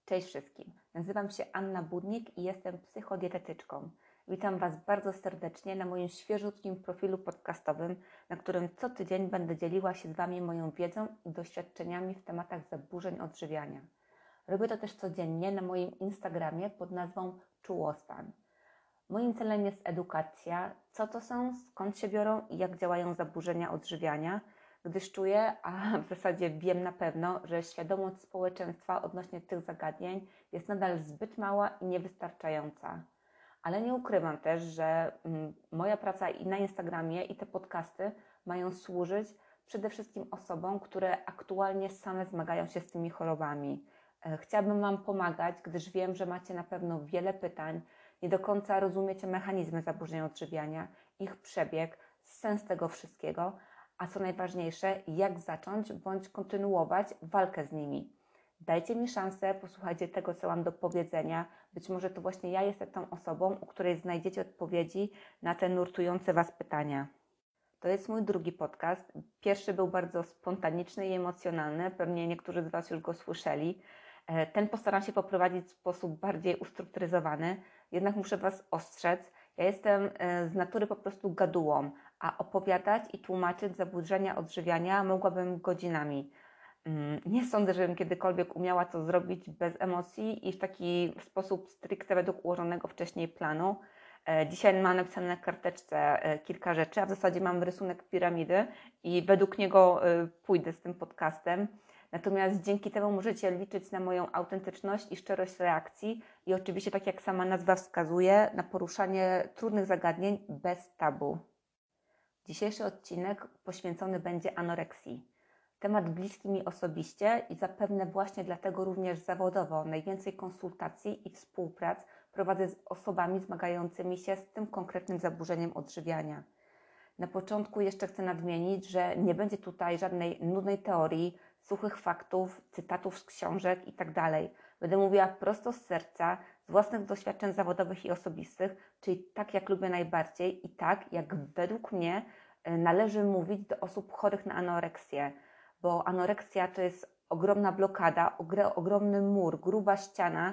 Cześć wszystkim, nazywam się Anna Budnik i jestem psychodietetyczką. Witam Was bardzo serdecznie na moim świeżutkim profilu podcastowym, na którym co tydzień będę dzieliła się z Wami moją wiedzą i doświadczeniami w tematach zaburzeń odżywiania. Robię to też codziennie na moim Instagramie pod nazwą Czułostan. Moim celem jest edukacja, co to są, skąd się biorą i jak działają zaburzenia odżywiania, gdyż czuję, a w zasadzie wiem na pewno, że świadomość społeczeństwa odnośnie tych zagadnień jest nadal zbyt mała i niewystarczająca. Ale nie ukrywam też, że moja praca i na Instagramie i te podcasty mają służyć przede wszystkim osobom, które aktualnie same zmagają się z tymi chorobami. Chciałabym Wam pomagać, gdyż wiem, że macie na pewno wiele pytań, nie do końca rozumiecie mechanizmy zaburzeń odżywiania, ich przebieg, sens tego wszystkiego, a co najważniejsze, jak zacząć bądź kontynuować walkę z nimi. Dajcie mi szansę, posłuchajcie tego, co mam do powiedzenia. Być może to właśnie ja jestem tą osobą, u której znajdziecie odpowiedzi na te nurtujące Was pytania. To jest mój drugi podcast. Pierwszy był bardzo spontaniczny i emocjonalny. Pewnie niektórzy z Was już go słyszeli. Ten postaram się poprowadzić w sposób bardziej ustrukturyzowany. Jednak muszę Was ostrzec, ja jestem z natury po prostu gadułą, a opowiadać i tłumaczyć zaburzenia odżywiania mogłabym godzinami. Nie sądzę, żebym kiedykolwiek umiała to zrobić bez emocji i w taki sposób stricte według ułożonego wcześniej planu. Dzisiaj mam napisane na karteczce kilka rzeczy, a w zasadzie mam rysunek piramidy i według niego pójdę z tym podcastem. Natomiast dzięki temu możecie liczyć na moją autentyczność i szczerość reakcji i oczywiście, tak jak sama nazwa wskazuje, na poruszanie trudnych zagadnień bez tabu. Dzisiejszy odcinek poświęcony będzie anoreksji. Temat bliski mi osobiście i zapewne właśnie dlatego również zawodowo najwięcej konsultacji i współprac prowadzę z osobami zmagającymi się z tym konkretnym zaburzeniem odżywiania. Na początku jeszcze chcę nadmienić, że nie będzie tutaj żadnej nudnej teorii, suchych faktów, cytatów z książek itd. Będę mówiła prosto z serca, z własnych doświadczeń zawodowych i osobistych, czyli tak jak lubię najbardziej i tak jak według mnie należy mówić do osób chorych na anoreksję, bo anoreksja to jest ogromna blokada, ogromny mur, gruba ściana,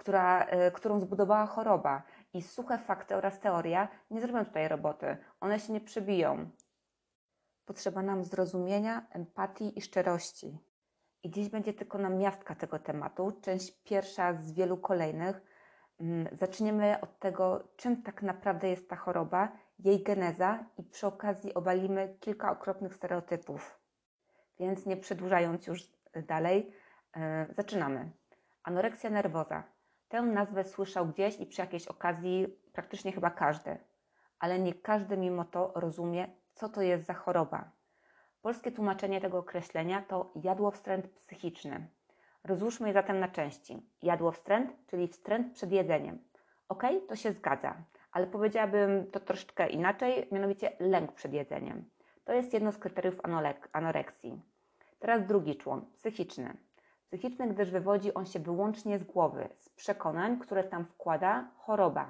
którą zbudowała choroba i suche fakty oraz teoria nie zrobią tutaj roboty, one się nie przebiją. Potrzeba nam zrozumienia, empatii i szczerości. I dziś będzie tylko namiastka tego tematu, część pierwsza z wielu kolejnych. Zaczniemy od tego, czym tak naprawdę jest ta choroba, jej geneza i przy okazji obalimy kilka okropnych stereotypów. Więc nie przedłużając już dalej, zaczynamy. Anoreksja nerwoza. Tę nazwę słyszał gdzieś i przy jakiejś okazji praktycznie chyba każdy, ale nie każdy mimo to rozumie, co to jest za choroba. Polskie tłumaczenie tego określenia to jadłowstręt psychiczny. Rozłóżmy je zatem na części. Jadłowstręt, czyli wstręt przed jedzeniem. To się zgadza, ale powiedziałabym to troszeczkę inaczej, mianowicie lęk przed jedzeniem. To jest jedno z kryteriów anoreksji. Teraz drugi człon, psychiczny. Psychiczny, gdyż wywodzi on się wyłącznie z głowy, z przekonań, które tam wkłada choroba.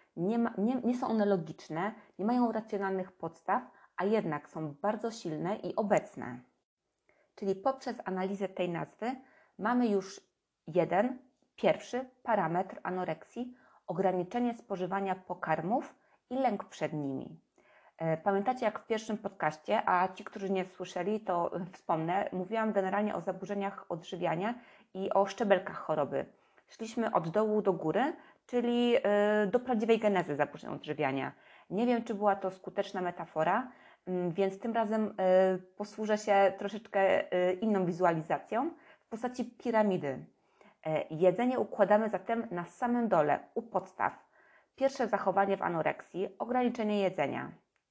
Nie są one logiczne, nie mają racjonalnych podstaw, a jednak są bardzo silne i obecne. Czyli poprzez analizę tej nazwy mamy już pierwszy parametr anoreksji, ograniczenie spożywania pokarmów i lęk przed nimi. Pamiętacie, jak w pierwszym podcaście, a ci, którzy nie słyszeli, to wspomnę, mówiłam generalnie o zaburzeniach odżywiania i o szczebelkach choroby. Szliśmy od dołu do góry, czyli do prawdziwej genezy zaburzeń odżywiania. Nie wiem, czy była to skuteczna metafora, więc tym razem posłużę się troszeczkę inną wizualizacją w postaci piramidy. Jedzenie układamy zatem na samym dole, u podstaw. Pierwsze zachowanie w anoreksji, ograniczenie jedzenia.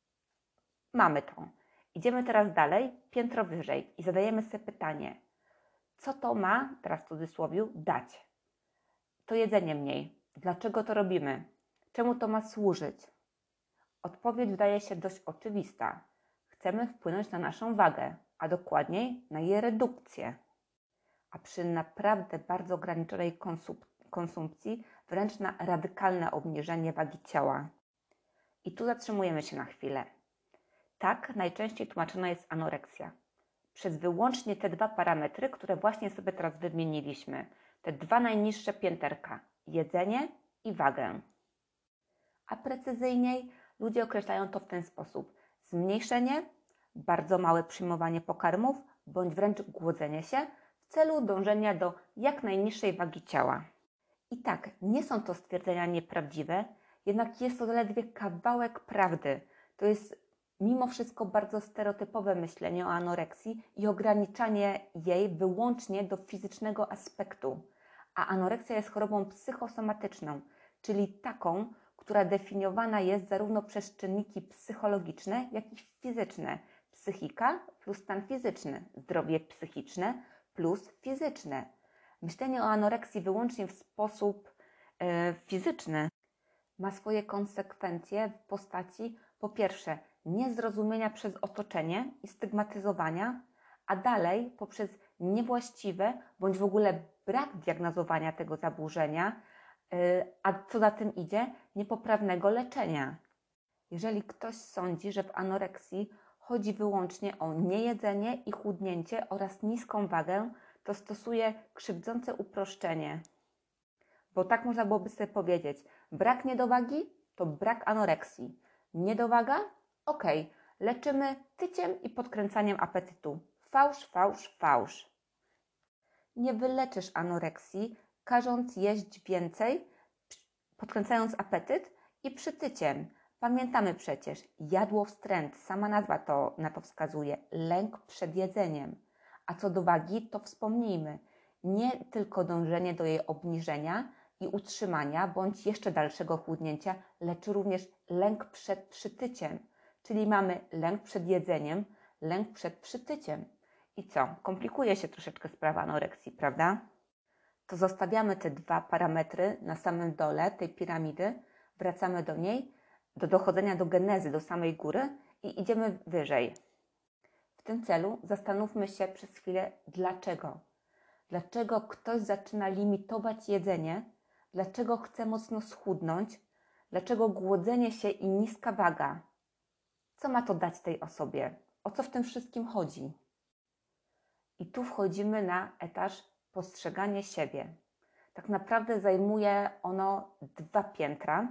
Mamy to. Idziemy teraz dalej, piętro wyżej i zadajemy sobie pytanie, co to ma, teraz w cudzysłowie, dać? To jedzenie mniej. Dlaczego to robimy? Czemu to ma służyć? Odpowiedź wydaje się dość oczywista. Chcemy wpłynąć na naszą wagę, a dokładniej na jej redukcję. A przy naprawdę bardzo ograniczonej konsumpcji wręcz na radykalne obniżenie wagi ciała. I tu zatrzymujemy się na chwilę. Tak najczęściej tłumaczona jest anoreksja. Przez wyłącznie te dwa parametry, które właśnie sobie teraz wymieniliśmy, te dwa najniższe pięterka, jedzenie i wagę. A precyzyjniej ludzie określają to w ten sposób: zmniejszenie, bardzo małe przyjmowanie pokarmów, bądź wręcz głodzenie się w celu dążenia do jak najniższej wagi ciała. I tak, nie są to stwierdzenia nieprawdziwe, jednak jest to zaledwie kawałek prawdy. To jest mimo wszystko bardzo stereotypowe myślenie o anoreksji i ograniczanie jej wyłącznie do fizycznego aspektu. A anoreksja jest chorobą psychosomatyczną, czyli taką, która definiowana jest zarówno przez czynniki psychologiczne, jak i fizyczne. Psychika plus stan fizyczny, zdrowie psychiczne plus fizyczne. Myślenie o anoreksji wyłącznie w sposób fizyczny ma swoje konsekwencje w postaci, po pierwsze, niezrozumienia przez otoczenie i stygmatyzowania, a dalej poprzez niewłaściwe bądź w ogóle brak diagnozowania tego zaburzenia, a co za tym idzie, niepoprawnego leczenia. Jeżeli ktoś sądzi, że w anoreksji chodzi wyłącznie o niejedzenie i chudnięcie oraz niską wagę, to stosuje krzywdzące uproszczenie. Bo tak można byłoby sobie powiedzieć: brak niedowagi to brak anoreksji. Niedowaga? Okej, leczymy tyciem i podkręcaniem apetytu. Fałsz, fałsz, fałsz. Nie wyleczysz anoreksji, każąc jeść więcej, podkręcając apetyt i przytyciem. Pamiętamy przecież, jadłowstręt, sama nazwa na to wskazuje, lęk przed jedzeniem. A co do wagi, to wspomnijmy, nie tylko dążenie do jej obniżenia i utrzymania, bądź jeszcze dalszego chudnięcia, lecz również lęk przed przytyciem. Czyli mamy lęk przed jedzeniem, lęk przed przytyciem. I co? Komplikuje się troszeczkę sprawa anoreksji, prawda? To zostawiamy te dwa parametry na samym dole tej piramidy, wracamy do niej, do dochodzenia do genezy, do samej góry i idziemy wyżej. W tym celu zastanówmy się przez chwilę, dlaczego. Dlaczego ktoś zaczyna limitować jedzenie? Dlaczego chce mocno schudnąć? Dlaczego głodzenie się i niska waga? Co ma to dać tej osobie? O co w tym wszystkim chodzi? I tu wchodzimy na etaż postrzeganie siebie. Tak naprawdę zajmuje ono 2 piętra,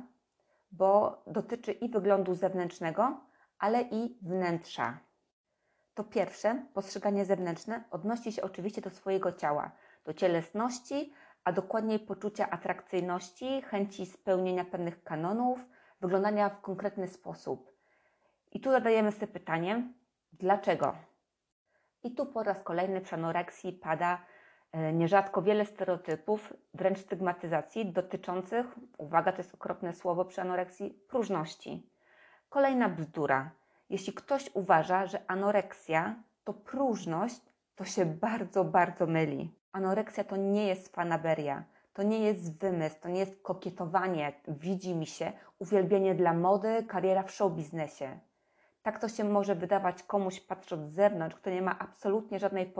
bo dotyczy i wyglądu zewnętrznego, ale i wnętrza. To pierwsze, postrzeganie zewnętrzne, odnosi się oczywiście do swojego ciała, do cielesności, a dokładniej poczucia atrakcyjności, chęci spełnienia pewnych kanonów, wyglądania w konkretny sposób. I tu zadajemy sobie pytanie, dlaczego? I tu po raz kolejny przy anoreksji pada nierzadko wiele stereotypów, wręcz stygmatyzacji dotyczących, uwaga, to jest okropne słowo przy anoreksji, próżności. Kolejna bzdura. Jeśli ktoś uważa, że anoreksja to próżność, to się bardzo, bardzo myli. Anoreksja to nie jest fanaberia, to nie jest wymysł, to nie jest kokietowanie, widzi mi się, uwielbienie dla mody, kariera w show biznesie. Tak to się może wydawać komuś patrząc z zewnątrz, kto nie ma absolutnie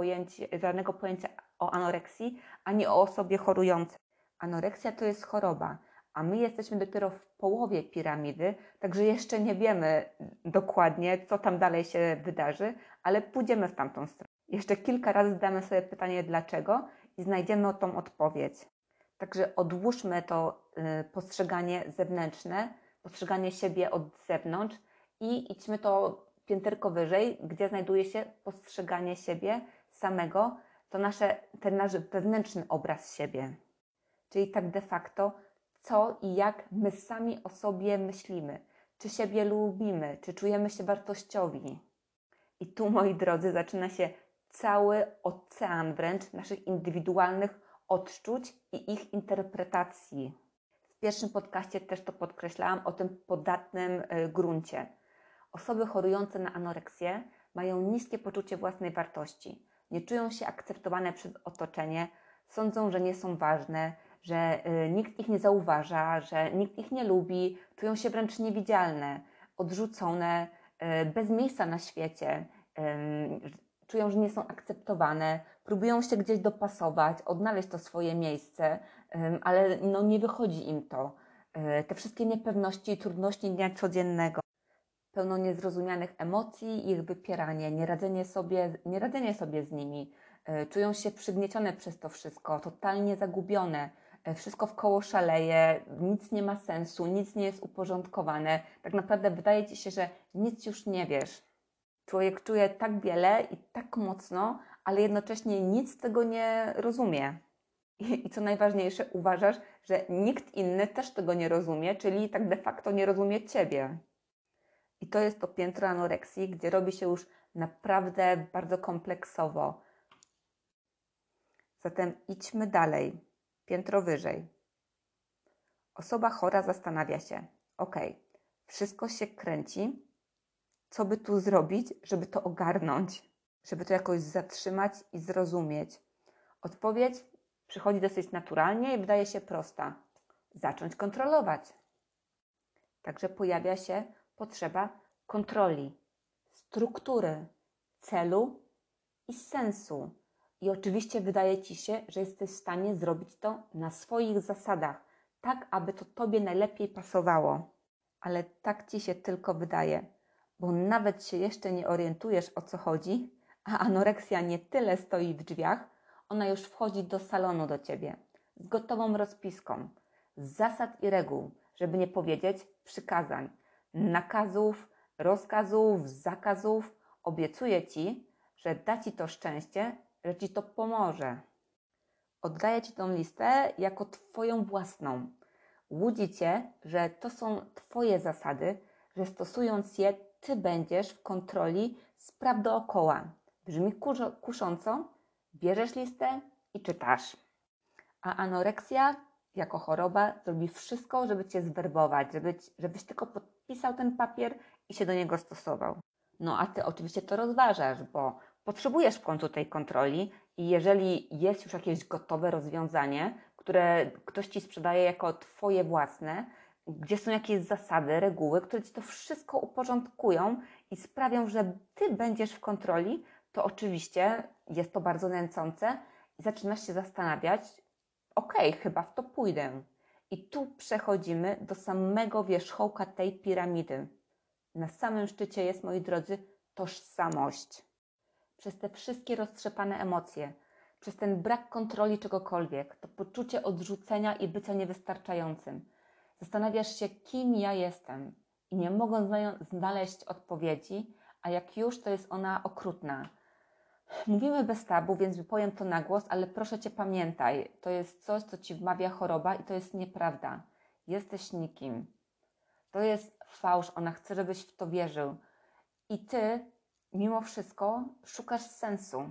żadnego pojęcia o anoreksji, ani o osobie chorującej. Anoreksja to jest choroba, a my jesteśmy dopiero w połowie piramidy, także jeszcze nie wiemy dokładnie, co tam dalej się wydarzy, ale pójdziemy w tamtą stronę. Jeszcze kilka razy zadamy sobie pytanie dlaczego i znajdziemy tą odpowiedź. Także odłóżmy to postrzeganie zewnętrzne, postrzeganie siebie od zewnątrz i idźmy to pięterko wyżej, gdzie znajduje się postrzeganie siebie samego, to ten nasz wewnętrzny obraz siebie. Czyli tak de facto, co i jak my sami o sobie myślimy, czy siebie lubimy, czy czujemy się wartościowi. I tu, moi drodzy, zaczyna się cały ocean wręcz naszych indywidualnych odczuć i ich interpretacji. W pierwszym podcaście też to podkreślałam, o tym podatnym gruncie. Osoby chorujące na anoreksję mają niskie poczucie własnej wartości, nie czują się akceptowane przez otoczenie, sądzą, że nie są ważne, że nikt ich nie zauważa, że nikt ich nie lubi, czują się wręcz niewidzialne, odrzucone, bez miejsca na świecie, czują, że nie są akceptowane, próbują się gdzieś dopasować, odnaleźć to swoje miejsce, ale nie wychodzi im to. Te wszystkie niepewności i trudności dnia codziennego, pełno niezrozumianych emocji i ich wypieranie, nieradzenie sobie z nimi, czują się przygniecione przez to wszystko, totalnie zagubione, wszystko wkoło szaleje, nic nie ma sensu, nic nie jest uporządkowane. Tak naprawdę wydaje Ci się, że nic już nie wiesz. Człowiek czuje tak wiele i tak mocno, ale jednocześnie nic z tego nie rozumie. I co najważniejsze, uważasz, że nikt inny też tego nie rozumie, czyli tak de facto nie rozumie Ciebie. I to jest to piętro anoreksji, gdzie robi się już naprawdę bardzo kompleksowo. Zatem idźmy dalej, piętro wyżej. Osoba chora zastanawia się, wszystko się kręci, co by tu zrobić, żeby to ogarnąć, żeby to jakoś zatrzymać i zrozumieć. Odpowiedź przychodzi dosyć naturalnie i wydaje się prosta. Zacząć kontrolować. Także pojawia się potrzeba kontroli, struktury, celu i sensu. I oczywiście wydaje Ci się, że jesteś w stanie zrobić to na swoich zasadach, tak aby to Tobie najlepiej pasowało. Ale tak Ci się tylko wydaje, bo nawet się jeszcze nie orientujesz, o co chodzi, a anoreksja nie tyle stoi w drzwiach, ona już wchodzi do salonu do Ciebie z gotową rozpiską, z zasad i reguł, żeby nie powiedzieć przykazań, nakazów, rozkazów, zakazów. Obiecuję Ci, że da Ci to szczęście, że Ci to pomoże. Oddaję Ci tą listę jako Twoją własną. Łudzi Cię, że to są Twoje zasady, że stosując je, Ty będziesz w kontroli spraw dookoła. Brzmi kusząco, bierzesz listę i czytasz. A anoreksja jako choroba zrobi wszystko, żeby Cię zwerbować, żebyś tylko podpisał ten papier i się do niego stosował. No a Ty oczywiście to rozważasz, bo potrzebujesz w końcu tej kontroli i jeżeli jest już jakieś gotowe rozwiązanie, które ktoś Ci sprzedaje jako Twoje własne, gdzie są jakieś zasady, reguły, które Ci to wszystko uporządkują i sprawią, że Ty będziesz w kontroli, to oczywiście jest to bardzo nęcące i zaczynasz się zastanawiać, chyba w to pójdę. I tu przechodzimy do samego wierzchołka tej piramidy. Na samym szczycie jest, moi drodzy, tożsamość. Przez te wszystkie roztrzepane emocje, przez ten brak kontroli czegokolwiek, to poczucie odrzucenia i bycia niewystarczającym. Zastanawiasz się, kim ja jestem i nie mogąc znaleźć odpowiedzi, a jak już, to jest ona okrutna. Mówimy bez tabu, więc wypowiem to na głos, ale proszę Cię pamiętaj, to jest coś, co Ci wmawia choroba i to jest nieprawda. Jesteś nikim. To jest fałsz, ona chce, żebyś w to wierzył. I Ty, mimo wszystko, szukasz sensu.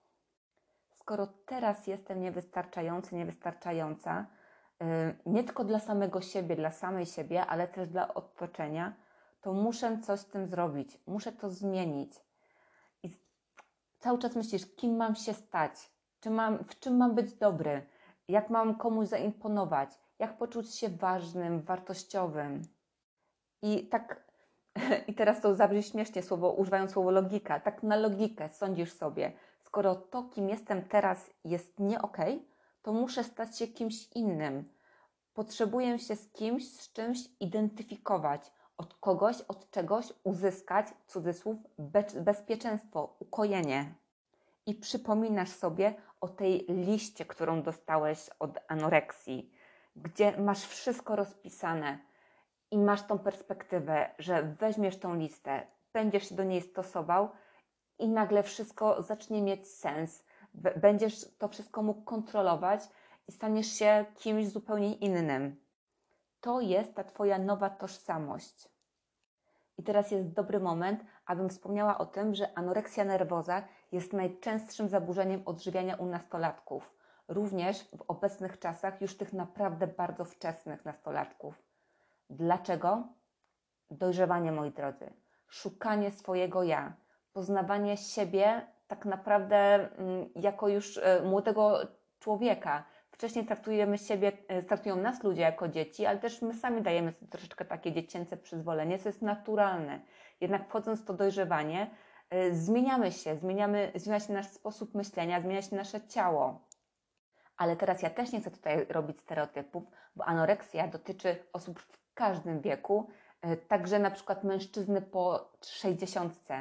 Skoro teraz jestem niewystarczający, niewystarczająca, nie tylko dla samego siebie, dla samej siebie, ale też dla otoczenia, to muszę coś z tym zrobić, muszę to zmienić. I cały czas myślisz, kim mam się stać, w czym mam być dobry, jak mam komuś zaimponować, jak poczuć się ważnym, wartościowym. I teraz to zabrzmi śmiesznie, używając słowo logika. Tak na logikę sądzisz sobie, skoro to, kim jestem teraz, jest nie okej, to muszę stać się kimś innym. Potrzebuję się z kimś, z czymś identyfikować. Od kogoś, od czegoś uzyskać, cudzysłów, bezpieczeństwo, ukojenie. I przypominasz sobie o tej liście, którą dostałeś od anoreksji, gdzie masz wszystko rozpisane. I masz tą perspektywę, że weźmiesz tą listę, będziesz się do niej stosował i nagle wszystko zacznie mieć sens. Będziesz to wszystko mógł kontrolować i staniesz się kimś zupełnie innym. To jest ta Twoja nowa tożsamość. I teraz jest dobry moment, abym wspomniała o tym, że anoreksja nerwoza jest najczęstszym zaburzeniem odżywiania u nastolatków. Również w obecnych czasach już tych naprawdę bardzo wczesnych nastolatków. Dlaczego? Dojrzewanie, moi drodzy. Szukanie swojego ja. Poznawanie siebie tak naprawdę jako już młodego człowieka. Wcześniej traktują nas ludzie jako dzieci, ale też my sami dajemy sobie troszeczkę takie dziecięce przyzwolenie, co jest naturalne. Jednak wchodząc w to dojrzewanie, zmieniamy się, zmienia się nasz sposób myślenia, zmienia się nasze ciało. Ale teraz ja też nie chcę tutaj robić stereotypów, bo anoreksja dotyczy osób w każdym wieku, także na przykład mężczyzny po 60,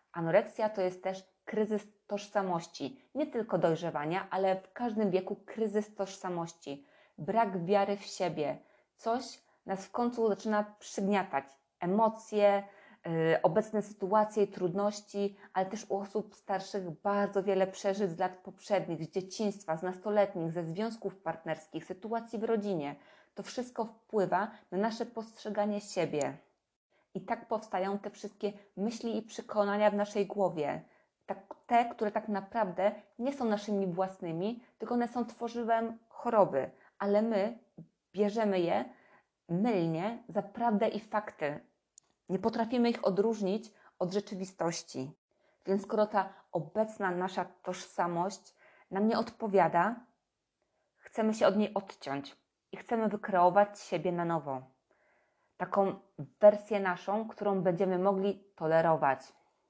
Anoreksja to jest też kryzys tożsamości, nie tylko dojrzewania, ale w każdym wieku kryzys tożsamości, brak wiary w siebie, coś nas w końcu zaczyna przygniatać, emocje, obecne sytuacje i trudności, ale też u osób starszych bardzo wiele przeżyć z lat poprzednich, z dzieciństwa, z nastoletnich, ze związków partnerskich, sytuacji w rodzinie. To wszystko wpływa na nasze postrzeganie siebie. I tak powstają te wszystkie myśli i przekonania w naszej głowie. Te, które tak naprawdę nie są naszymi własnymi, tylko one są tworzywem choroby, ale my bierzemy je mylnie za prawdę i fakty. Nie potrafimy ich odróżnić od rzeczywistości. Więc skoro ta obecna nasza tożsamość nam nie odpowiada, chcemy się od niej odciąć i chcemy wykreować siebie na nowo. Taką wersję naszą, którą będziemy mogli tolerować.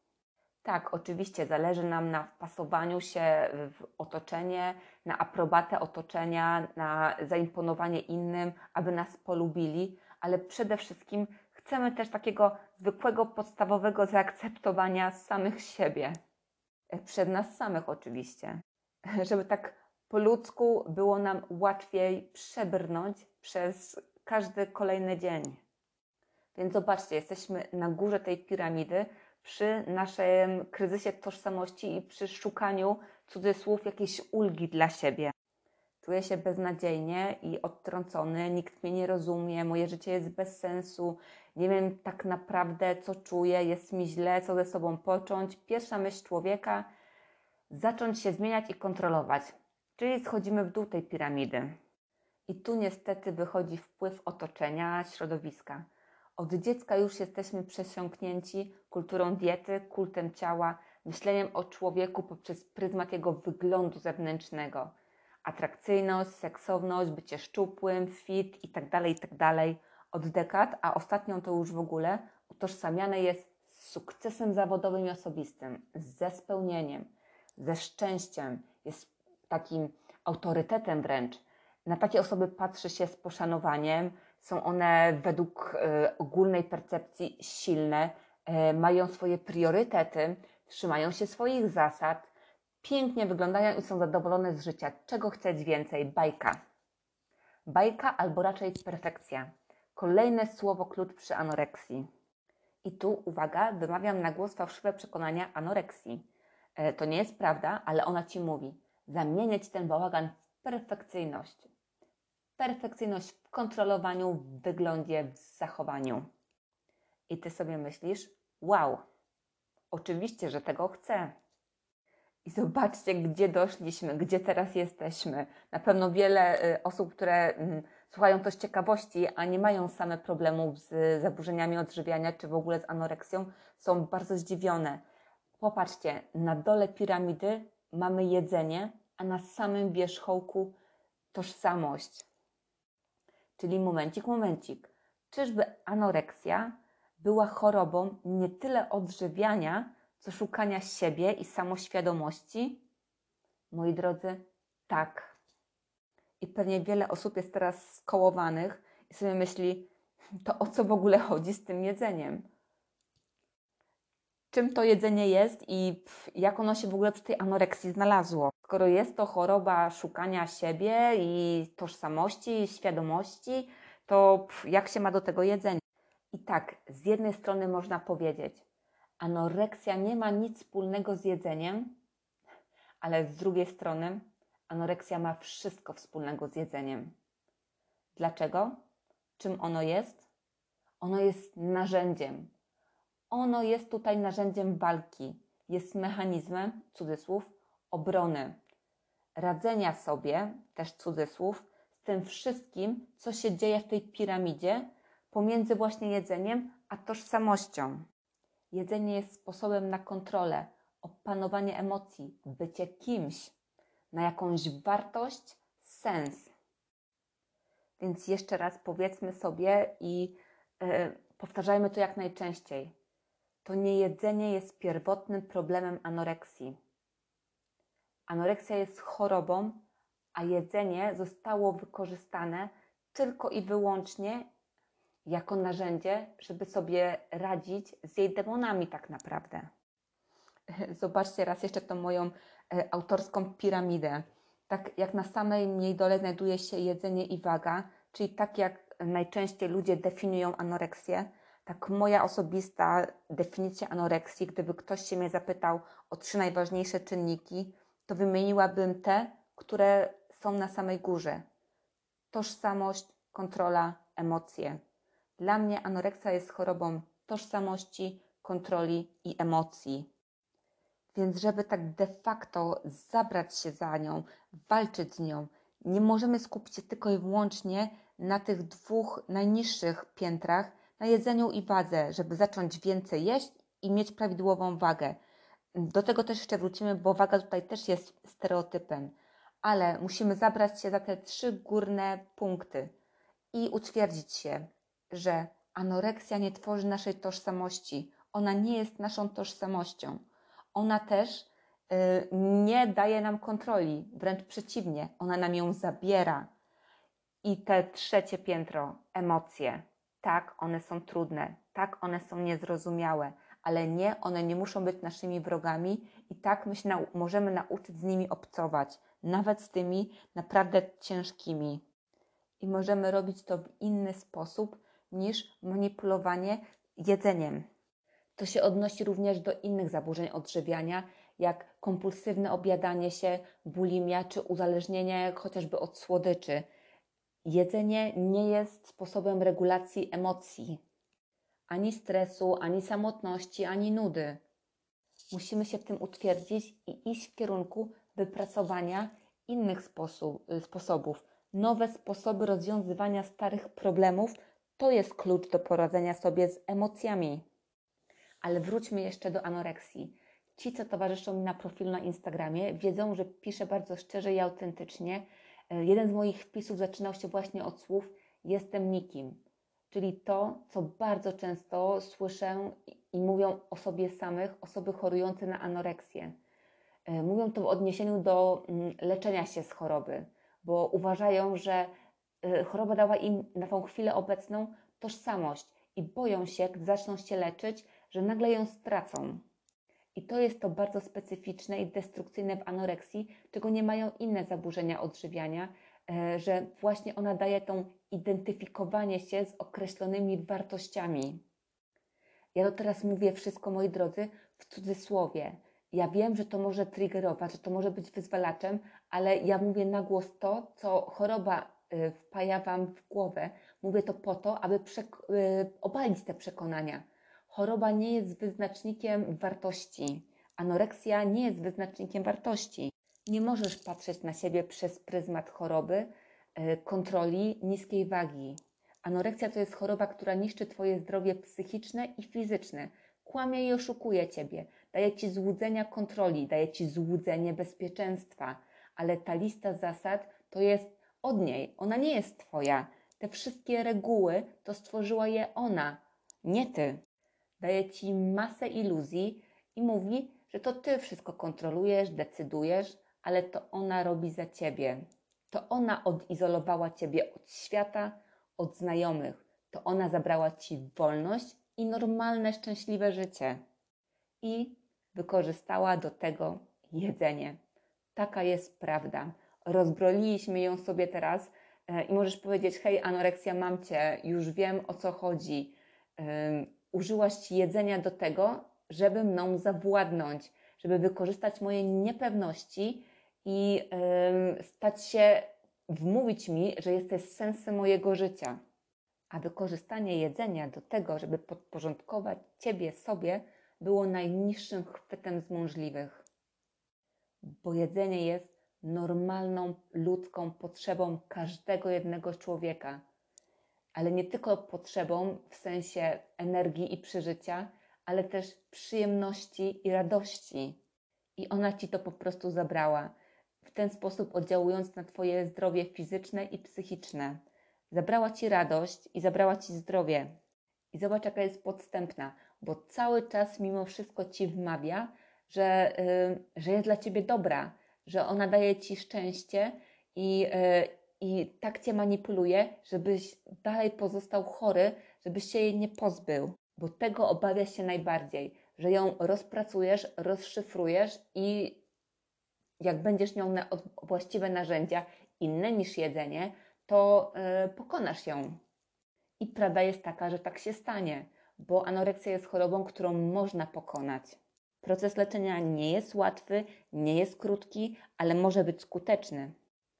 Tak, oczywiście zależy nam na wpasowaniu się w otoczenie, na aprobatę otoczenia, na zaimponowanie innym, aby nas polubili, ale przede wszystkim chcemy też takiego zwykłego, podstawowego zaakceptowania samych siebie. Przed nas samych oczywiście. Żeby tak po ludzku było nam łatwiej przebrnąć przez każdy kolejny dzień. Więc zobaczcie, jesteśmy na górze tej piramidy przy naszym kryzysie tożsamości i przy szukaniu, cudzysłów, jakiejś ulgi dla siebie. Czuję się beznadziejnie i odtrącony, nikt mnie nie rozumie, moje życie jest bez sensu, nie wiem tak naprawdę, co czuję, jest mi źle, co ze sobą począć. Pierwsza myśl człowieka, zacząć się zmieniać i kontrolować. Czyli schodzimy w dół tej piramidy. I tu niestety wychodzi wpływ otoczenia, środowiska. Od dziecka już jesteśmy przesiąknięci kulturą diety, kultem ciała, myśleniem o człowieku poprzez pryzmat jego wyglądu zewnętrznego. Atrakcyjność, seksowność, bycie szczupłym, fit itd. Od dekad, a ostatnią to już w ogóle, utożsamiane jest z sukcesem zawodowym i osobistym, ze spełnieniem, ze szczęściem, jest takim autorytetem wręcz. Na takie osoby patrzy się z poszanowaniem, są one według ogólnej percepcji silne, mają swoje priorytety, trzymają się swoich zasad, pięknie wyglądają i są zadowolone z życia. Czego chcieć więcej? Bajka. Bajka albo raczej perfekcja. Kolejne słowo klucz przy anoreksji. I tu, uwaga, wymawiam na głos fałszywe przekonania anoreksji. To nie jest prawda, ale ona Ci mówi. Zamieniać ten bałagan w perfekcyjność. Perfekcyjność w kontrolowaniu, w wyglądzie, w zachowaniu. I Ty sobie myślisz, wow, oczywiście, że tego chcę. I zobaczcie, gdzie doszliśmy, gdzie teraz jesteśmy. Na pewno wiele osób, które słuchają to z ciekawości, a nie mają same problemów z zaburzeniami odżywiania, czy w ogóle z anoreksją, są bardzo zdziwione. Popatrzcie, na dole piramidy mamy jedzenie, a na samym wierzchołku tożsamość. Czyli momencik. Czyżby anoreksja była chorobą nie tyle odżywiania, co szukania siebie i samoświadomości? Moi drodzy, tak. I pewnie wiele osób jest teraz skołowanych i sobie myśli, to o co w ogóle chodzi z tym jedzeniem? Czym to jedzenie jest i jak ono się w ogóle przy tej anoreksji znalazło? Skoro jest to choroba szukania siebie i tożsamości, i świadomości, to jak się ma do tego jedzenia? I tak, z jednej strony można powiedzieć, anoreksja nie ma nic wspólnego z jedzeniem, ale z drugiej strony anoreksja ma wszystko wspólnego z jedzeniem. Dlaczego? Czym ono jest? Ono jest narzędziem. Ono jest tutaj narzędziem walki. Jest mechanizmem, cudzysłów, obrony. Radzenia sobie, też cudzysłów, z tym wszystkim, co się dzieje w tej piramidzie pomiędzy właśnie jedzeniem a tożsamością. Jedzenie jest sposobem na kontrolę, opanowanie emocji, bycie kimś, na jakąś wartość, sens. Więc jeszcze raz powiedzmy sobie i powtarzajmy to jak najczęściej. To niejedzenie jest pierwotnym problemem anoreksji. Anoreksja jest chorobą, a jedzenie zostało wykorzystane tylko i wyłącznie jako narzędzie, żeby sobie radzić z jej demonami tak naprawdę. zobaczcie raz jeszcze tą moją autorską piramidę. Tak jak na samej mniej dole znajduje się jedzenie i waga, czyli tak jak najczęściej ludzie definiują anoreksję, tak moja osobista definicja anoreksji, gdyby ktoś się mnie zapytał o 3 najważniejsze czynniki, to wymieniłabym te, które są na samej górze. Tożsamość, kontrola, emocje. Dla mnie anoreksja jest chorobą tożsamości, kontroli i emocji. Więc żeby tak de facto zabrać się za nią, walczyć z nią, nie możemy skupić się tylko i wyłącznie na tych 2 najniższych piętrach, na jedzeniu i wadze, żeby zacząć więcej jeść i mieć prawidłową wagę. Do tego też jeszcze wrócimy, bo waga tutaj też jest stereotypem, ale musimy zabrać się za te 3 górne punkty i utwierdzić się, że anoreksja nie tworzy naszej tożsamości. Ona nie jest naszą tożsamością. Ona też nie daje nam kontroli, wręcz przeciwnie, ona nam ją zabiera. I te 3 piętro, emocje, tak, one są trudne, tak, one są niezrozumiałe, ale nie, one nie muszą być naszymi wrogami i tak my się możemy nauczyć z nimi obcować, nawet z tymi naprawdę ciężkimi. I możemy robić to w inny sposób niż manipulowanie jedzeniem. To się odnosi również do innych zaburzeń odżywiania, jak kompulsywne objadanie się, bulimia czy uzależnienie chociażby od słodyczy. Jedzenie nie jest sposobem regulacji emocji, ani stresu, ani samotności, ani nudy. Musimy się w tym utwierdzić i iść w kierunku wypracowania innych sposobów. Nowe sposoby rozwiązywania starych problemów to jest klucz do poradzenia sobie z emocjami. Ale wróćmy jeszcze do anoreksji. Ci, co towarzyszą mi na profilu na Instagramie, wiedzą, że piszę bardzo szczerze i autentycznie. Jeden z moich wpisów zaczynał się właśnie od słów „jestem nikim”, czyli to, co bardzo często słyszę i mówią o sobie samych osoby chorujące na anoreksję. Mówią to w odniesieniu do leczenia się z choroby, bo uważają, że choroba dała im na tą chwilę obecną tożsamość i boją się, gdy zaczną się leczyć, że nagle ją stracą. I to jest to bardzo specyficzne i destrukcyjne w anoreksji, czego nie mają inne zaburzenia odżywiania, że właśnie ona daje tą identyfikowanie się z określonymi wartościami. Ja to teraz mówię wszystko, moi drodzy, w cudzysłowie. Ja wiem, że to może triggerować, że to może być wyzwalaczem, ale ja mówię na głos to, co choroba wpaja Wam w głowę. Mówię to po to, aby obalić te przekonania. Choroba nie jest wyznacznikiem wartości. Anoreksja nie jest wyznacznikiem wartości. Nie możesz patrzeć na siebie przez pryzmat choroby, kontroli, niskiej wagi. Anoreksja to jest choroba, która niszczy Twoje zdrowie psychiczne i fizyczne. Kłamie i oszukuje Ciebie. Daje Ci złudzenia kontroli, daje Ci złudzenie bezpieczeństwa. Ale ta lista zasad to jest od niej. Ona nie jest Twoja. Te wszystkie reguły to stworzyła je ona, nie Ty. Daje Ci masę iluzji i mówi, że to Ty wszystko kontrolujesz, decydujesz, ale to ona robi za Ciebie. To ona odizolowała Ciebie od świata, od znajomych. To ona zabrała Ci wolność i normalne, szczęśliwe życie. I wykorzystała do tego jedzenie. Taka jest prawda. Rozbroiliśmy ją sobie teraz i możesz powiedzieć: hej, anoreksja, mam Cię, już wiem, o co chodzi. Użyłaś jedzenia do tego, żeby mną zawładnąć, żeby wykorzystać moje niepewności i stać się, wmówić mi, że jesteś sensem mojego życia. A wykorzystanie jedzenia do tego, żeby podporządkować Ciebie sobie, było najniższym chwytem z możliwych. Bo jedzenie jest normalną ludzką potrzebą każdego jednego człowieka. Ale nie tylko potrzebą w sensie energii i przeżycia, ale też przyjemności i radości. I ona Ci to po prostu zabrała, w ten sposób oddziałując na Twoje zdrowie fizyczne i psychiczne. Zabrała Ci radość i zabrała Ci zdrowie. I zobacz, jaka jest podstępna, bo cały czas mimo wszystko Ci wmawia, że jest dla Ciebie dobra, że ona daje Ci szczęście i tak Cię manipuluje, żebyś dalej pozostał chory, żebyś się jej nie pozbył. Bo tego obawia się najbardziej, że ją rozpracujesz, rozszyfrujesz i jak będziesz miał właściwe narzędzia, inne niż jedzenie, to pokonasz ją. I prawda jest taka, że tak się stanie, bo anoreksja jest chorobą, którą można pokonać. Proces leczenia nie jest łatwy, nie jest krótki, ale może być skuteczny.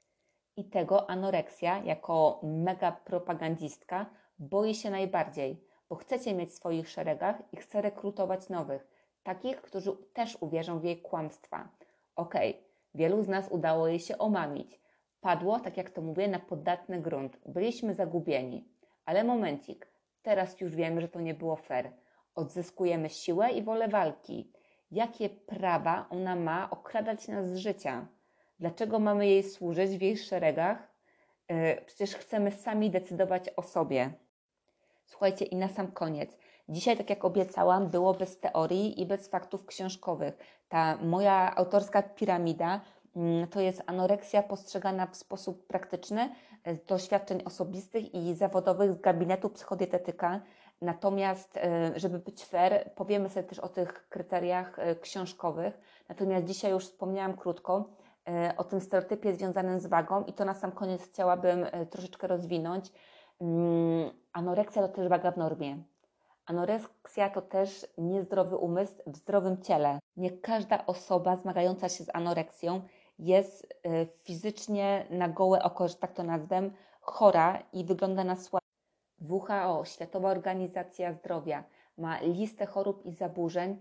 I tego anoreksja jako mega propagandzistka boi się najbardziej, bo chcecie mieć w swoich szeregach i chce rekrutować nowych, takich, którzy też uwierzą w jej kłamstwa. Okej, wielu z nas udało jej się omamić. Padło, tak jak to mówię, na podatny grunt. Byliśmy zagubieni. Ale momencik, teraz już wiemy, że to nie było fair. Odzyskujemy siłę i wolę walki. Jakie prawa ona ma okradać nas z życia? Dlaczego mamy jej służyć w jej szeregach? Przecież chcemy sami decydować o sobie. Słuchajcie, i na sam koniec. Dzisiaj, tak jak obiecałam, było bez teorii i bez faktów książkowych. Ta moja autorska piramida to jest anoreksja postrzegana w sposób praktyczny z doświadczeń osobistych i zawodowych z gabinetu psychodietetyka. Natomiast, żeby być fair, powiemy sobie też o tych kryteriach książkowych. Natomiast dzisiaj już wspomniałam krótko o tym stereotypie związanym z wagą i to na sam koniec chciałabym troszeczkę rozwinąć. Anoreksja to też waga w normie. Anoreksja to też niezdrowy umysł w zdrowym ciele. Nie każda osoba zmagająca się z anoreksją jest fizycznie na gołe oko, że tak to nazwę, chora i wygląda na słabo. WHO, Światowa Organizacja Zdrowia, ma listę chorób i zaburzeń,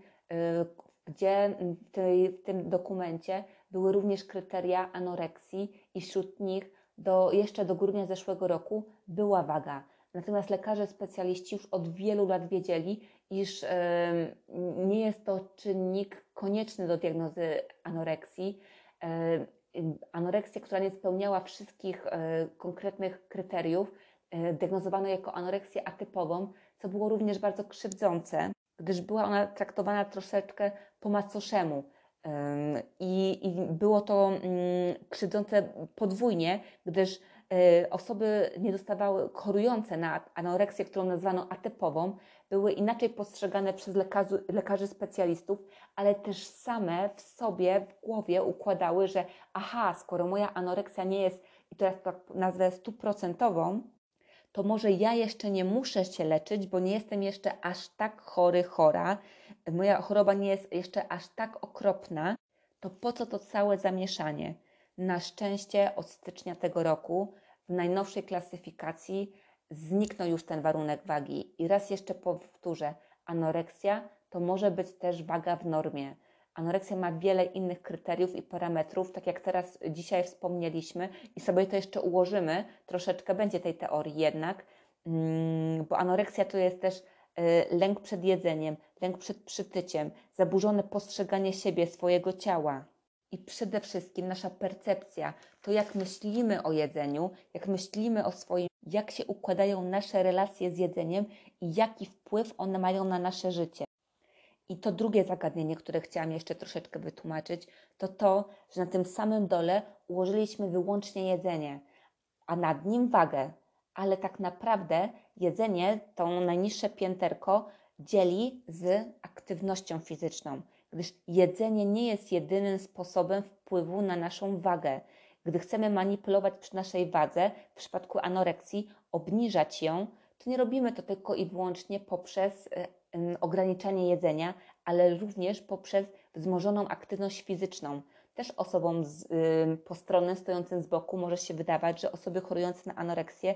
gdzie w tym dokumencie były również kryteria anoreksji i wśród nich jeszcze do grudnia zeszłego roku była waga. Natomiast lekarze specjaliści już od wielu lat wiedzieli, iż nie jest to czynnik konieczny do diagnozy anoreksji. Anoreksja, która nie spełniała wszystkich konkretnych kryteriów, diagnozowano jako anoreksję atypową, co było również bardzo krzywdzące, gdyż była ona traktowana troszeczkę po macoszemu. I było to krzywdzące podwójnie, gdyż osoby nie dostawały, chorujące na anoreksję, którą nazwano atypową, były inaczej postrzegane przez lekarzy specjalistów, ale też same w sobie, w głowie układały, że aha, skoro moja anoreksja nie jest, i teraz tak nazwę, stuprocentową, to może ja jeszcze nie muszę się leczyć, bo nie jestem jeszcze aż tak chora, moja choroba nie jest jeszcze aż tak okropna, to po co to całe zamieszanie? Na szczęście od stycznia tego roku w najnowszej klasyfikacji zniknął już ten warunek wagi. I raz jeszcze powtórzę, anoreksja to może być też waga w normie. Anoreksja ma wiele innych kryteriów i parametrów, tak jak teraz dzisiaj wspomnieliśmy i sobie to jeszcze ułożymy, troszeczkę będzie tej teorii jednak, bo anoreksja to jest też lęk przed jedzeniem, lęk przed przytyciem, zaburzone postrzeganie siebie, swojego ciała. I przede wszystkim nasza percepcja, to jak myślimy o jedzeniu, jak myślimy o swoim, jak się układają nasze relacje z jedzeniem i jaki wpływ one mają na nasze życie. I to drugie zagadnienie, które chciałam jeszcze troszeczkę wytłumaczyć, to, że na tym samym dole ułożyliśmy wyłącznie jedzenie, a nad nim wagę. Ale tak naprawdę jedzenie, to najniższe pięterko, dzieli z aktywnością fizyczną, gdyż jedzenie nie jest jedynym sposobem wpływu na naszą wagę. Gdy chcemy manipulować przy naszej wadze, w przypadku anoreksji, obniżać ją, to nie robimy to tylko i wyłącznie poprzez ograniczanie jedzenia, ale również poprzez wzmożoną aktywność fizyczną. Też osobom postronnym, stojącym z boku może się wydawać, że osoby chorujące na anoreksję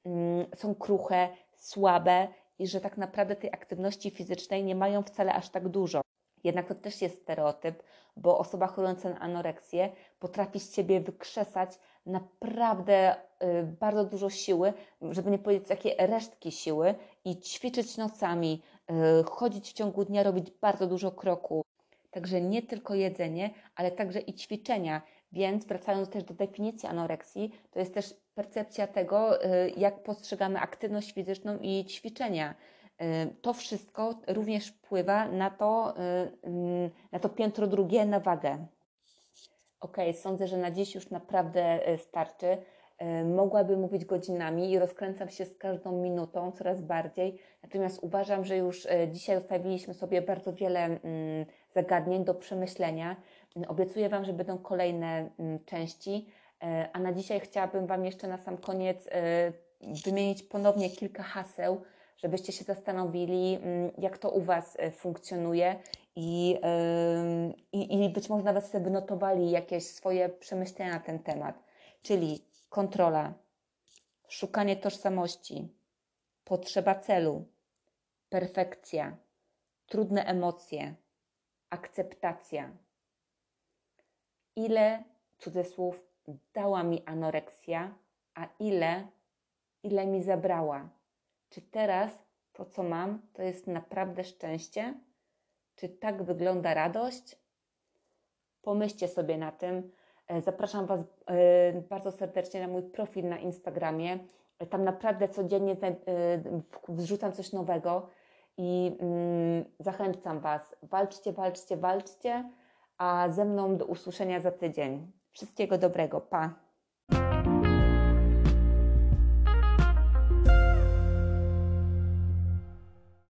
są kruche, słabe i że tak naprawdę tej aktywności fizycznej nie mają wcale aż tak dużo. Jednak to też jest stereotyp, bo osoba chorująca na anoreksję potrafi z siebie wykrzesać naprawdę bardzo dużo siły, żeby nie powiedzieć jakie resztki siły i ćwiczyć nocami, chodzić w ciągu dnia, robić bardzo dużo kroków. Także nie tylko jedzenie, ale także i ćwiczenia. Więc wracając też do definicji anoreksji, to jest też percepcja tego, jak postrzegamy aktywność fizyczną i ćwiczenia. To wszystko również wpływa na to piętro drugie, na wagę. Ok, sądzę, że na dziś już naprawdę starczy. Mogłabym mówić godzinami i rozkręcam się z każdą minutą coraz bardziej, natomiast uważam, że już dzisiaj zostawiliśmy sobie bardzo wiele zagadnień do przemyślenia. Obiecuję Wam, że będą kolejne części, a na dzisiaj chciałabym Wam jeszcze na sam koniec wymienić ponownie kilka haseł, żebyście się zastanowili, jak to u Was funkcjonuje i być może nawet sobie wynotowali jakieś swoje przemyślenia na ten temat. Czyli kontrola, szukanie tożsamości, potrzeba celu, perfekcja, trudne emocje, akceptacja. Ile, cudzysłów, dała mi anoreksja, a ile mi zabrała? Czy teraz to, co mam, to jest naprawdę szczęście? Czy tak wygląda radość? Pomyślcie sobie na tym. Zapraszam Was bardzo serdecznie na mój profil na Instagramie. Tam naprawdę codziennie wrzucam coś nowego i zachęcam Was. Walczcie, walczcie, walczcie, a ze mną do usłyszenia za tydzień. Wszystkiego dobrego. Pa!